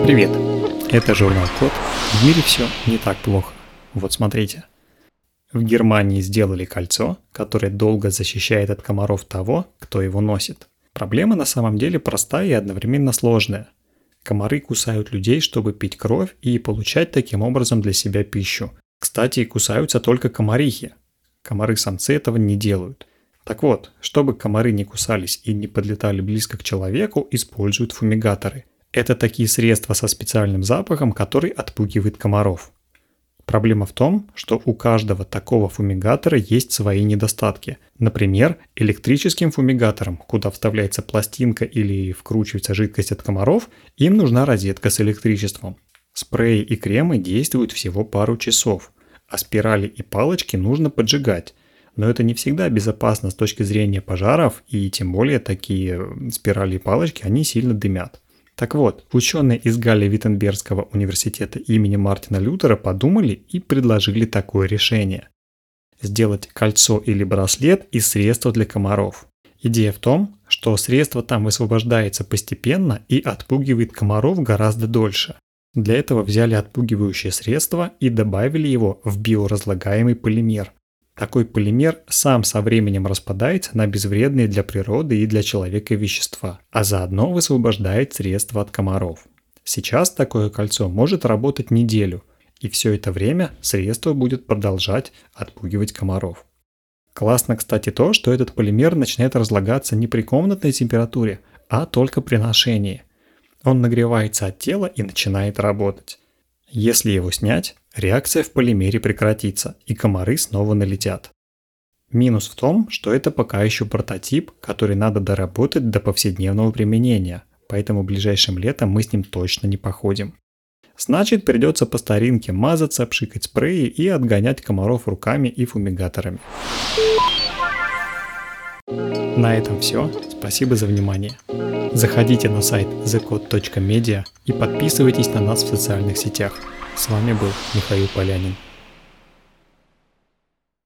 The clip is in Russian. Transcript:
Привет! Это журнал Код. В мире все не так плохо. Вот смотрите. В Германии сделали кольцо, которое долго защищает от комаров того, кто его носит. Проблема на самом деле простая и одновременно сложная. Комары кусают людей, чтобы пить кровь и получать таким образом для себя пищу. Кстати, кусаются только комарихи. Комары-самцы этого не делают. Так вот, чтобы комары не кусались и не подлетали близко к человеку, используют фумигаторы. Это такие средства со специальным запахом, который отпугивает комаров. Проблема в том, что у каждого такого фумигатора есть свои недостатки. Например, электрическим фумигаторам, куда вставляется пластинка или вкручивается жидкость от комаров, им нужна розетка с электричеством. Спреи и кремы действуют всего пару часов, а спирали и палочки нужно поджигать. Но это не всегда безопасно с точки зрения пожаров, и тем более такие спирали и палочки, они сильно дымят. Так вот, ученые из Галле-Виттенбергского университета имени Мартина Лютера подумали и предложили такое решение. Сделать кольцо или браслет из средства для комаров. Идея в том, что средство там высвобождается постепенно и отпугивает комаров гораздо дольше. Для этого взяли отпугивающее средство и добавили его в биоразлагаемый полимер. Такой полимер сам со временем распадается на безвредные для природы и для человека вещества, а заодно высвобождает средства от комаров. Сейчас такое кольцо может работать неделю, и все это время средство будет продолжать отпугивать комаров. Классно, кстати, то, что этот полимер начинает разлагаться не при комнатной температуре, а только при ношении. Он нагревается от тела и начинает работать. Если его снять, реакция в полимере прекратится, и комары снова налетят. Минус в том, что это пока еще прототип, который надо доработать до повседневного применения, поэтому ближайшим летом мы с ним точно не походим. Значит, придется по старинке мазаться, пшикать спреи и отгонять комаров руками и фумигаторами. На этом все. Спасибо за внимание. Заходите на сайт thecode.media и подписывайтесь на нас в социальных сетях. С вами был Михаил Полянин.